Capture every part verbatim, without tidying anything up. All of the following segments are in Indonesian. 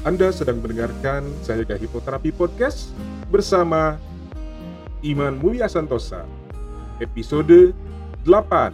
Anda sedang mendengarkan Sayaga Hipnoterapi Podcast bersama Iman Mulia Santosa, episode delapan.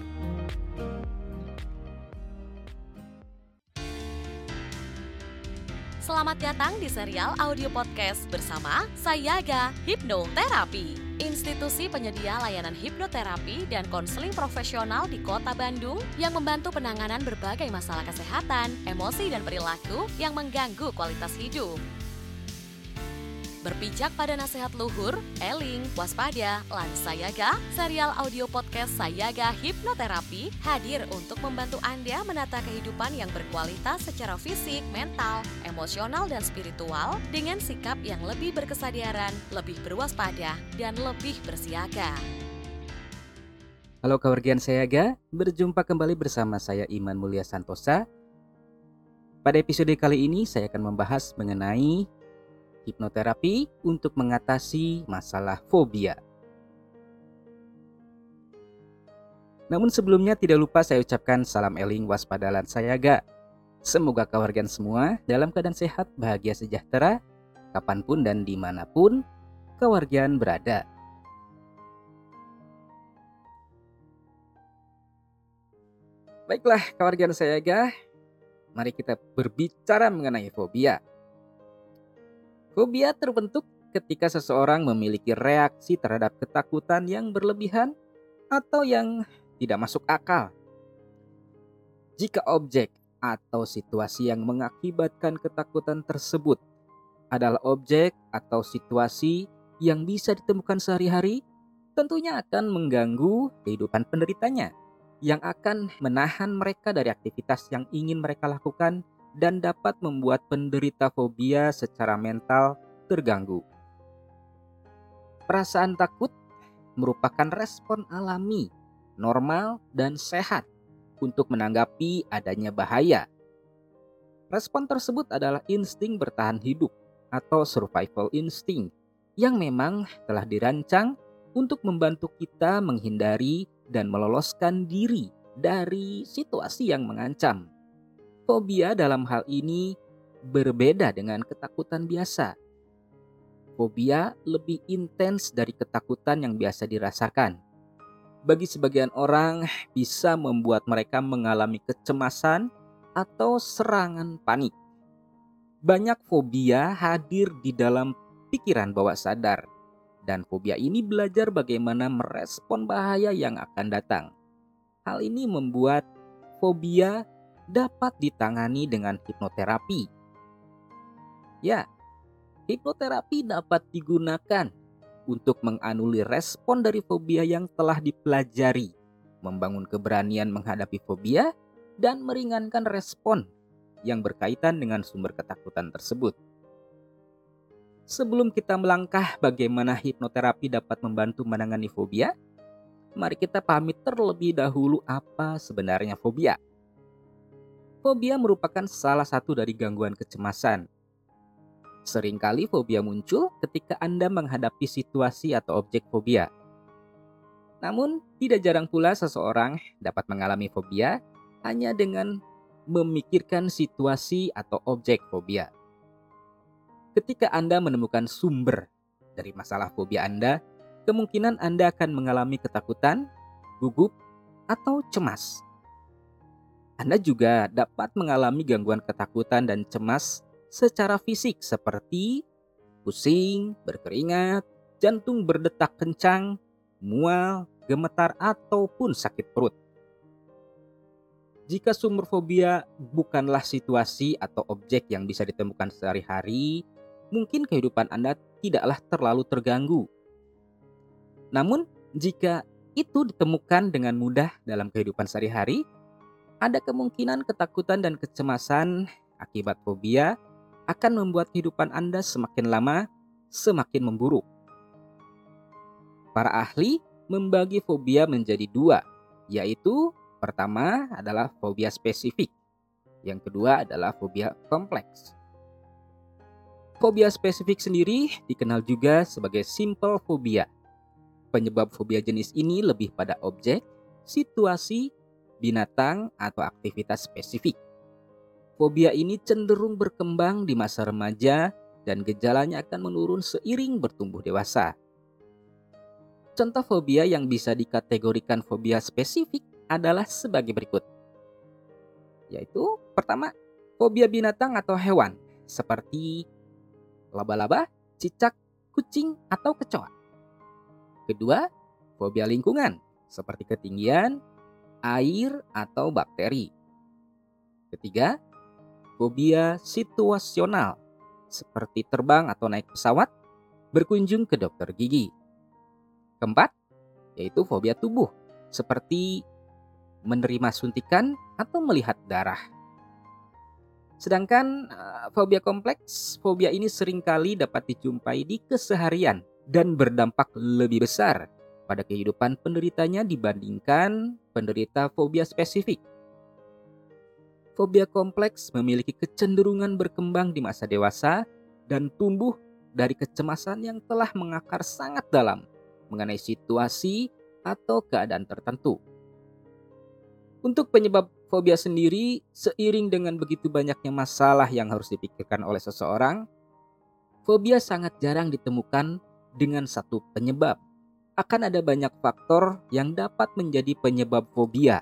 Selamat datang di serial audio podcast bersama Sayaga Hipnoterapi, institusi penyedia layanan hipnoterapi dan konseling profesional di Kota Bandung yang membantu penanganan berbagai masalah kesehatan, emosi dan perilaku yang mengganggu kualitas hidup. Berpijak pada nasihat luhur, eling, waspada, lan sayaga, serial audio podcast Sayaga Hipnoterapi hadir untuk membantu Anda menata kehidupan yang berkualitas secara fisik, mental, emosional, dan spiritual dengan sikap yang lebih berkesadaran, lebih berwaspada, dan lebih bersiaga. Halo keluarga Sayaga, berjumpa kembali bersama saya Iman Mulia Santosa. Pada episode kali ini saya akan membahas mengenai hipnoterapi untuk mengatasi masalah fobia. Namun sebelumnya tidak lupa saya ucapkan salam eling, waspada, lan sayaga. Semoga keluarga semua dalam keadaan sehat, bahagia, sejahtera, kapanpun dan dimanapun keluarga berada. Baiklah keluarga sayaga, mari kita berbicara mengenai fobia. Fobia terbentuk ketika seseorang memiliki reaksi terhadap ketakutan yang berlebihan atau yang tidak masuk akal. Jika objek atau situasi yang mengakibatkan ketakutan tersebut adalah objek atau situasi yang bisa ditemukan sehari-hari, tentunya akan mengganggu kehidupan penderitanya, yang akan menahan mereka dari aktivitas yang ingin mereka lakukan dan dapat membuat penderita fobia secara mental terganggu. Perasaan takut merupakan respon alami, normal, dan sehat untuk menanggapi adanya bahaya. Respon tersebut adalah insting bertahan hidup atau survival instinct yang memang telah dirancang untuk membantu kita menghindari dan meloloskan diri dari situasi yang mengancam. Fobia dalam hal ini berbeda dengan ketakutan biasa. Fobia lebih intens dari ketakutan yang biasa dirasakan. Bagi sebagian orang, bisa membuat mereka mengalami kecemasan atau serangan panik. Banyak fobia hadir di dalam pikiran bawah sadar, dan fobia ini belajar bagaimana merespon bahaya yang akan datang. Hal ini membuat fobia dapat ditangani dengan hipnoterapi. Ya, hipnoterapi dapat digunakan untuk menganulir respon dari fobia yang telah dipelajari, membangun keberanian menghadapi fobia, dan meringankan respon yang berkaitan dengan sumber ketakutan tersebut. Sebelum kita melangkah bagaimana hipnoterapi dapat membantu menangani fobia, mari kita pahami terlebih dahulu apa sebenarnya fobia. Fobia merupakan salah satu dari gangguan kecemasan. Seringkali fobia muncul ketika Anda menghadapi situasi atau objek fobia. Namun, tidak jarang pula seseorang dapat mengalami fobia hanya dengan memikirkan situasi atau objek fobia. Ketika Anda menemukan sumber dari masalah fobia Anda, kemungkinan Anda akan mengalami ketakutan, gugup, atau cemas. Anda juga dapat mengalami gangguan ketakutan dan cemas secara fisik seperti pusing, berkeringat, jantung berdetak kencang, mual, gemetar, ataupun sakit perut. Jika sumber fobia bukanlah situasi atau objek yang bisa ditemukan sehari-hari, mungkin kehidupan Anda tidaklah terlalu terganggu. Namun, jika itu ditemukan dengan mudah dalam kehidupan sehari-hari, ada kemungkinan ketakutan dan kecemasan akibat fobia akan membuat kehidupan Anda semakin lama semakin memburuk. Para ahli membagi fobia menjadi dua, yaitu pertama adalah fobia spesifik, yang kedua adalah fobia kompleks. Fobia spesifik sendiri dikenal juga sebagai simple fobia. Penyebab fobia jenis ini lebih pada objek, situasi, binatang, atau aktivitas spesifik. Fobia ini cenderung berkembang di masa remaja dan gejalanya akan menurun seiring bertumbuh dewasa. Contoh fobia yang bisa dikategorikan fobia spesifik adalah sebagai berikut. Yaitu pertama, fobia binatang atau hewan seperti laba-laba, cicak, kucing, atau kecoa. Kedua, fobia lingkungan seperti ketinggian, air, atau bakteri. Ketiga, fobia situasional seperti terbang atau naik pesawat, berkunjung ke dokter gigi. Keempat, yaitu fobia tubuh seperti menerima suntikan atau melihat darah. Sedangkan uh, fobia kompleks, fobia ini seringkali dapat dijumpai di keseharian dan berdampak lebih besar pada kehidupan penderitanya dibandingkan penderita fobia spesifik. Fobia kompleks memiliki kecenderungan berkembang di masa dewasa dan tumbuh dari kecemasan yang telah mengakar sangat dalam mengenai situasi atau keadaan tertentu. Untuk penyebab fobia sendiri, seiring dengan begitu banyaknya masalah yang harus dipikirkan oleh seseorang, fobia sangat jarang ditemukan dengan satu penyebab. Akan ada banyak faktor yang dapat menjadi penyebab fobia.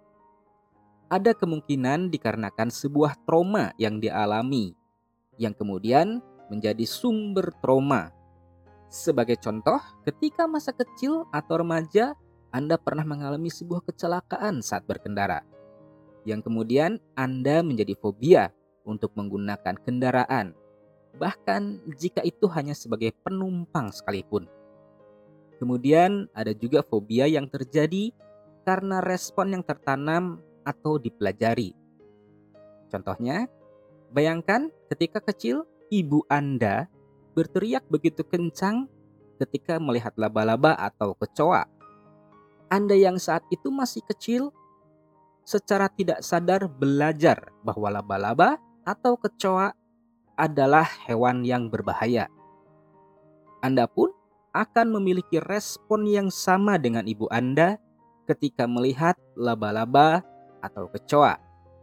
Ada kemungkinan dikarenakan sebuah trauma yang dialami, yang kemudian menjadi sumber trauma. Sebagai contoh, ketika masa kecil atau remaja, Anda pernah mengalami sebuah kecelakaan saat berkendara, yang kemudian Anda menjadi fobia untuk menggunakan kendaraan, bahkan jika itu hanya sebagai penumpang sekalipun. Kemudian ada juga fobia yang terjadi karena respon yang tertanam atau dipelajari. Contohnya, bayangkan ketika kecil ibu Anda berteriak begitu kencang ketika melihat laba-laba atau kecoa. Anda yang saat itu masih kecil secara tidak sadar belajar bahwa laba-laba atau kecoa adalah hewan yang berbahaya. Anda pun akan memiliki respon yang sama dengan ibu Anda ketika melihat laba-laba atau kecoa.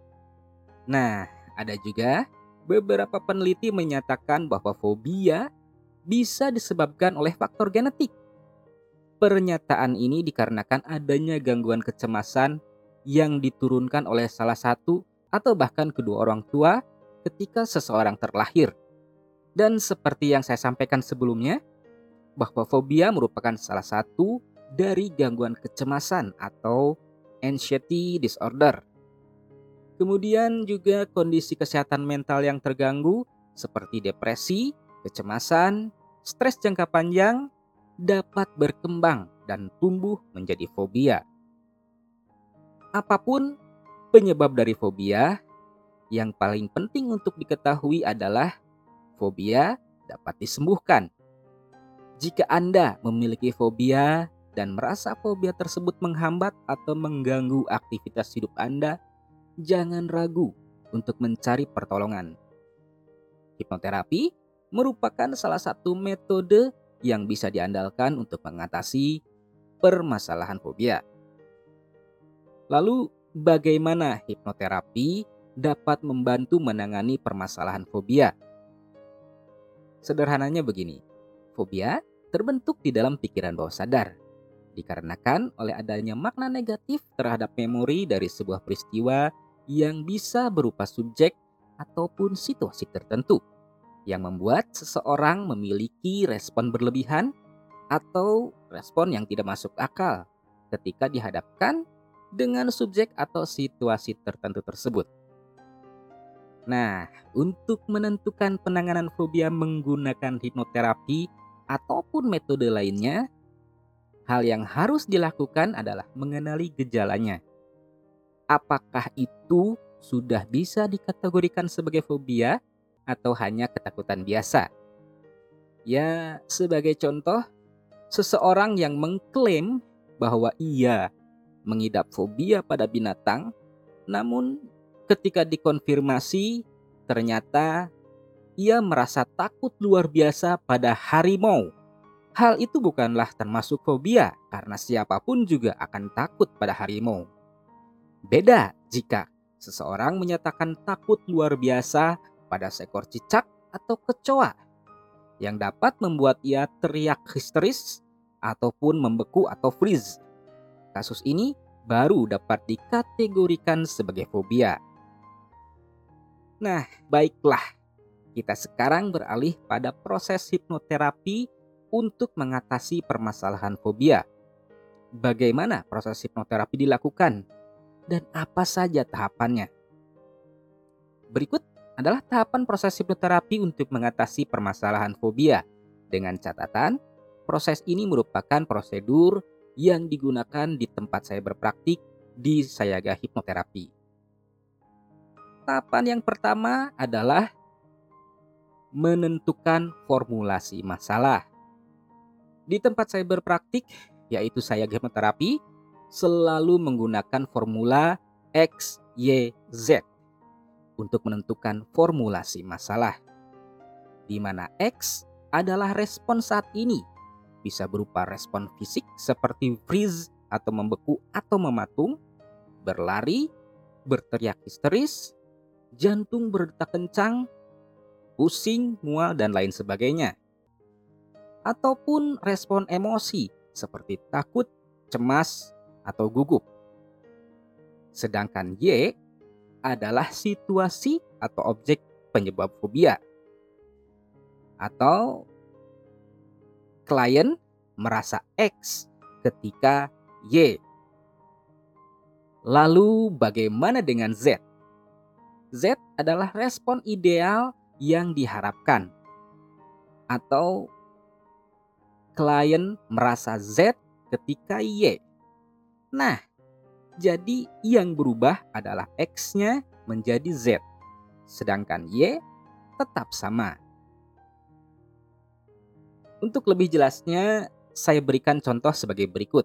Nah, ada juga beberapa peneliti menyatakan bahwa fobia bisa disebabkan oleh faktor genetik. Pernyataan ini dikarenakan adanya gangguan kecemasan yang diturunkan oleh salah satu atau bahkan kedua orang tua ketika seseorang terlahir. Dan seperti yang saya sampaikan sebelumnya, bahwa fobia merupakan salah satu dari gangguan kecemasan atau anxiety disorder. Kemudian juga kondisi kesehatan mental yang terganggu seperti depresi, kecemasan, stres jangka panjang dapat berkembang dan tumbuh menjadi fobia. Apapun penyebab dari fobia, yang paling penting untuk diketahui adalah fobia dapat disembuhkan. Jika Anda memiliki fobia dan merasa fobia tersebut menghambat atau mengganggu aktivitas hidup Anda, jangan ragu untuk mencari pertolongan. Hipnoterapi merupakan salah satu metode yang bisa diandalkan untuk mengatasi permasalahan fobia. Lalu, bagaimana hipnoterapi dapat membantu menangani permasalahan fobia? Sederhananya begini, fobia terbentuk di dalam pikiran bawah sadar, dikarenakan oleh adanya makna negatif terhadap memori dari sebuah peristiwa yang bisa berupa subjek ataupun situasi tertentu, yang membuat seseorang memiliki respon berlebihan atau respon yang tidak masuk akal ketika dihadapkan dengan subjek atau situasi tertentu tersebut. Nah, untuk menentukan penanganan fobia menggunakan hipnoterapi ataupun metode lainnya, hal yang harus dilakukan adalah mengenali gejalanya. Apakah itu sudah bisa dikategorikan sebagai fobia atau hanya ketakutan biasa? Ya, sebagai contoh, seseorang yang mengklaim bahwa ia mengidap fobia pada binatang, namun ketika dikonfirmasi ternyata ia merasa takut luar biasa pada harimau. Hal itu bukanlah termasuk fobia karena siapapun juga akan takut pada harimau. Beda jika Seseorang menyatakan takut luar biasa pada seekor cicak atau kecoa yang dapat membuat ia teriak histeris ataupun membeku atau freeze. Kasus ini baru dapat dikategorikan sebagai fobia. Nah, baiklah. Kita sekarang beralih pada proses hipnoterapi untuk mengatasi permasalahan fobia. Bagaimana proses hipnoterapi dilakukan? Dan apa saja tahapannya? Berikut adalah tahapan proses hipnoterapi untuk mengatasi permasalahan fobia. Dengan catatan, proses ini merupakan prosedur yang digunakan di tempat saya berpraktik di Sayaga Hipnoterapi. Tahapan yang pertama adalah menentukan formulasi masalah. Di tempat saya berpraktik, yaitu Sayaga Hipnoterapi, selalu menggunakan formula X, Y, Z untuk menentukan formulasi masalah. Di mana X adalah respon saat ini, bisa berupa respon fisik seperti freeze atau membeku atau mematung, berlari, berteriak histeris, jantung berdetak kencang, pusing, mual, dan lain sebagainya. Ataupun respon emosi seperti takut, cemas, atau gugup. Sedangkan Y adalah situasi atau objek penyebab fobia. Atau klien merasa X ketika Y. Lalu bagaimana dengan Z? Z adalah respon ideal yang diharapkan. Atau klien merasa Z ketika Y. Nah, jadi yang berubah adalah X-nya menjadi Z, sedangkan Y tetap sama. Untuk lebih jelasnya, saya berikan contoh sebagai berikut.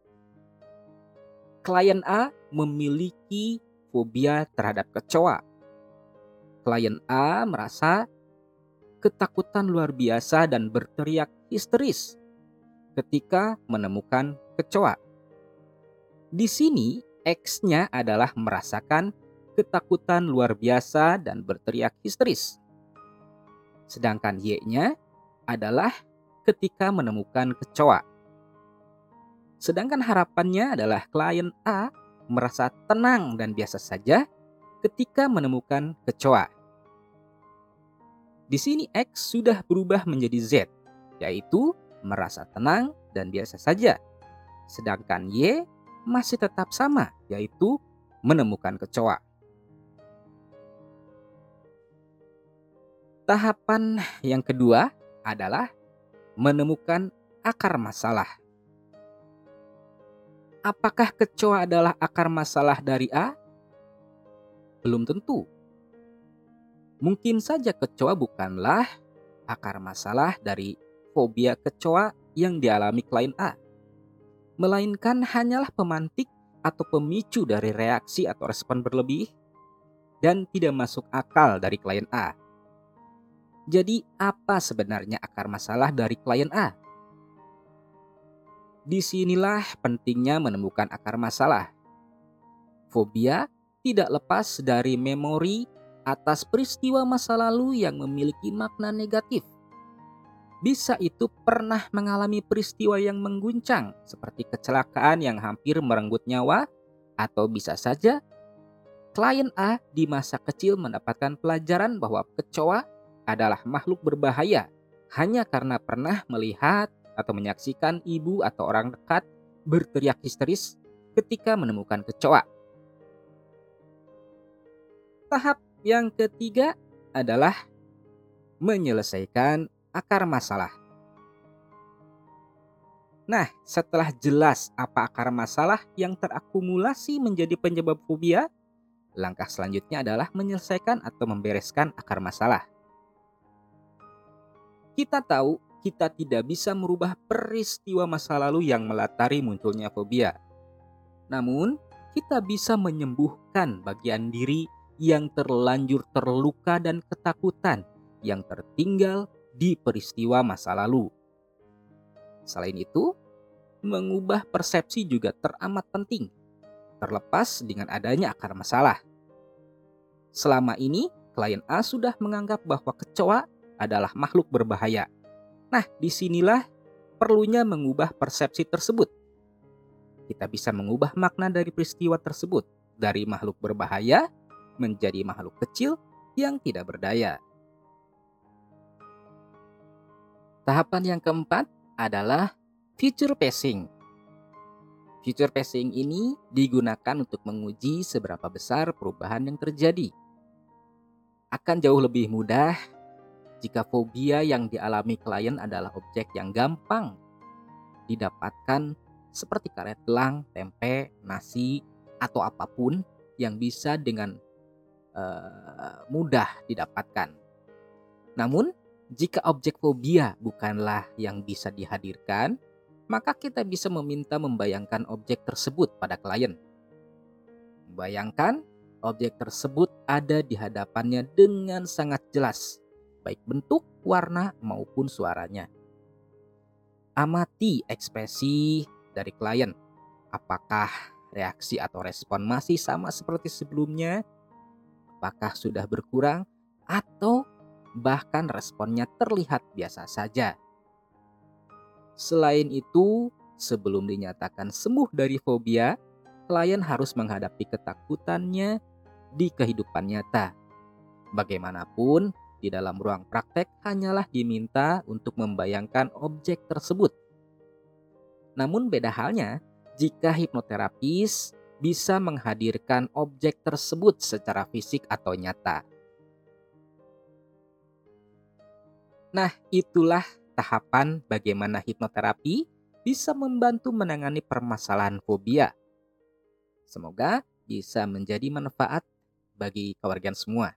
Klien A memiliki fobia terhadap kecoa. Klien A merasa ketakutan luar biasa dan berteriak histeris ketika menemukan kecoa. Di sini X-nya adalah merasakan ketakutan luar biasa dan berteriak histeris. Sedangkan Y-nya adalah ketika menemukan kecoa. Sedangkan harapannya adalah klien A merasa tenang dan biasa saja ketika menemukan kecoa. Di sini X sudah berubah menjadi Z, yaitu merasa tenang dan biasa saja. Sedangkan Y masih tetap sama, yaitu menemukan kecoa. Tahapan yang kedua adalah menemukan akar masalah. Apakah kecoa adalah akar masalah dari A? Belum tentu. Mungkin saja kecoa bukanlah akar masalah dari fobia kecoa yang dialami klien A, melainkan hanyalah pemantik atau pemicu dari reaksi atau respon berlebih dan tidak masuk akal dari klien A. Jadi apa sebenarnya akar masalah dari klien A? Disinilah pentingnya menemukan akar masalah. Fobia tidak lepas dari memori atas peristiwa masa lalu yang memiliki makna negatif. Bisa itu pernah mengalami peristiwa yang mengguncang seperti kecelakaan yang hampir merenggut nyawa, atau bisa saja klien A di masa kecil mendapatkan pelajaran bahwa kecoa adalah makhluk berbahaya hanya karena pernah melihat atau menyaksikan ibu atau orang dekat berteriak histeris ketika menemukan kecoa. Tahap yang ketiga adalah menyelesaikan akar masalah. Nah, setelah jelas apa akar masalah yang terakumulasi menjadi penyebab fobia, langkah selanjutnya adalah menyelesaikan atau membereskan akar masalah. Kita tahu kita tidak bisa merubah peristiwa masa lalu yang melatari munculnya fobia. Namun, kita bisa menyembuhkan bagian diri yang terlanjur terluka dan ketakutan yang tertinggal di peristiwa masa lalu. Selain itu, mengubah persepsi juga teramat penting, terlepas dengan adanya akar masalah. Selama ini, klien A sudah menganggap bahwa kecoa adalah makhluk berbahaya. Nah, disinilah perlunya mengubah persepsi tersebut. Kita bisa mengubah makna dari peristiwa tersebut dari makhluk berbahaya menjadi makhluk kecil yang tidak berdaya. Tahapan yang keempat adalah future pacing. Future pacing ini digunakan untuk menguji seberapa besar perubahan yang terjadi. Akan jauh lebih mudah jika fobia yang dialami klien adalah objek yang gampang didapatkan seperti karet gelang, tempe, nasi, atau apapun yang bisa dengan uh, mudah didapatkan. Namun, jika objek fobia bukanlah yang bisa dihadirkan, maka kita bisa meminta membayangkan objek tersebut pada klien. Bayangkan objek tersebut ada di hadapannya dengan sangat jelas, baik bentuk, warna, maupun suaranya. Amati ekspresi dari klien. Apakah reaksi atau respon masih sama seperti sebelumnya? Apakah sudah berkurang? Atau bahkan responnya terlihat biasa saja? Selain itu, sebelum dinyatakan sembuh dari fobia, klien harus menghadapi ketakutannya di kehidupan nyata. Bagaimanapun, di dalam ruang praktek hanyalah diminta untuk membayangkan objek tersebut. Namun beda halnya jika hipnoterapis bisa menghadirkan objek tersebut secara fisik atau nyata. Nah, itulah tahapan bagaimana hipnoterapi bisa membantu menangani permasalahan fobia. Semoga bisa menjadi manfaat bagi keluarga semua.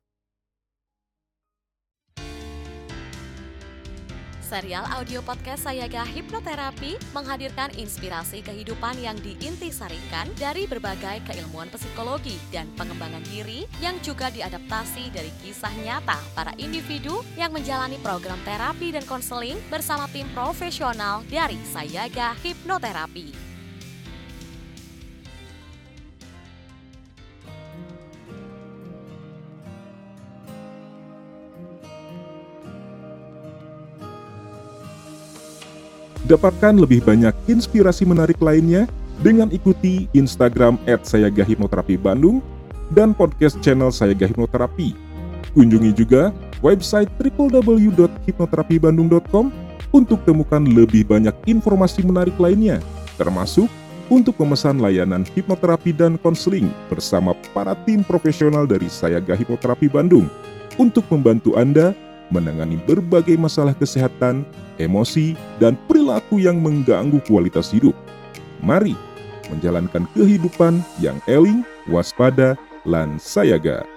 Serial audio podcast Sayaga Hipnoterapi menghadirkan inspirasi kehidupan yang diintisarikan dari berbagai keilmuan psikologi dan pengembangan diri yang juga diadaptasi dari kisah nyata para individu yang menjalani program terapi dan konseling bersama tim profesional dari Sayaga Hipnoterapi. Dapatkan lebih banyak inspirasi menarik lainnya dengan ikuti Instagram et sayaga hipnoterapi bandung dan podcast channel Sayaga Hipnoterapi. Kunjungi juga website w w w dot hipnoterapi bandung dot com untuk temukan lebih banyak informasi menarik lainnya, termasuk untuk memesan layanan hipnoterapi dan konseling bersama para tim profesional dari Sayaga Hipnoterapi Bandung untuk membantu Anda menangani berbagai masalah kesehatan, emosi, dan perilaku yang mengganggu kualitas hidup. Mari menjalankan kehidupan yang eling, waspada, lan sayaga.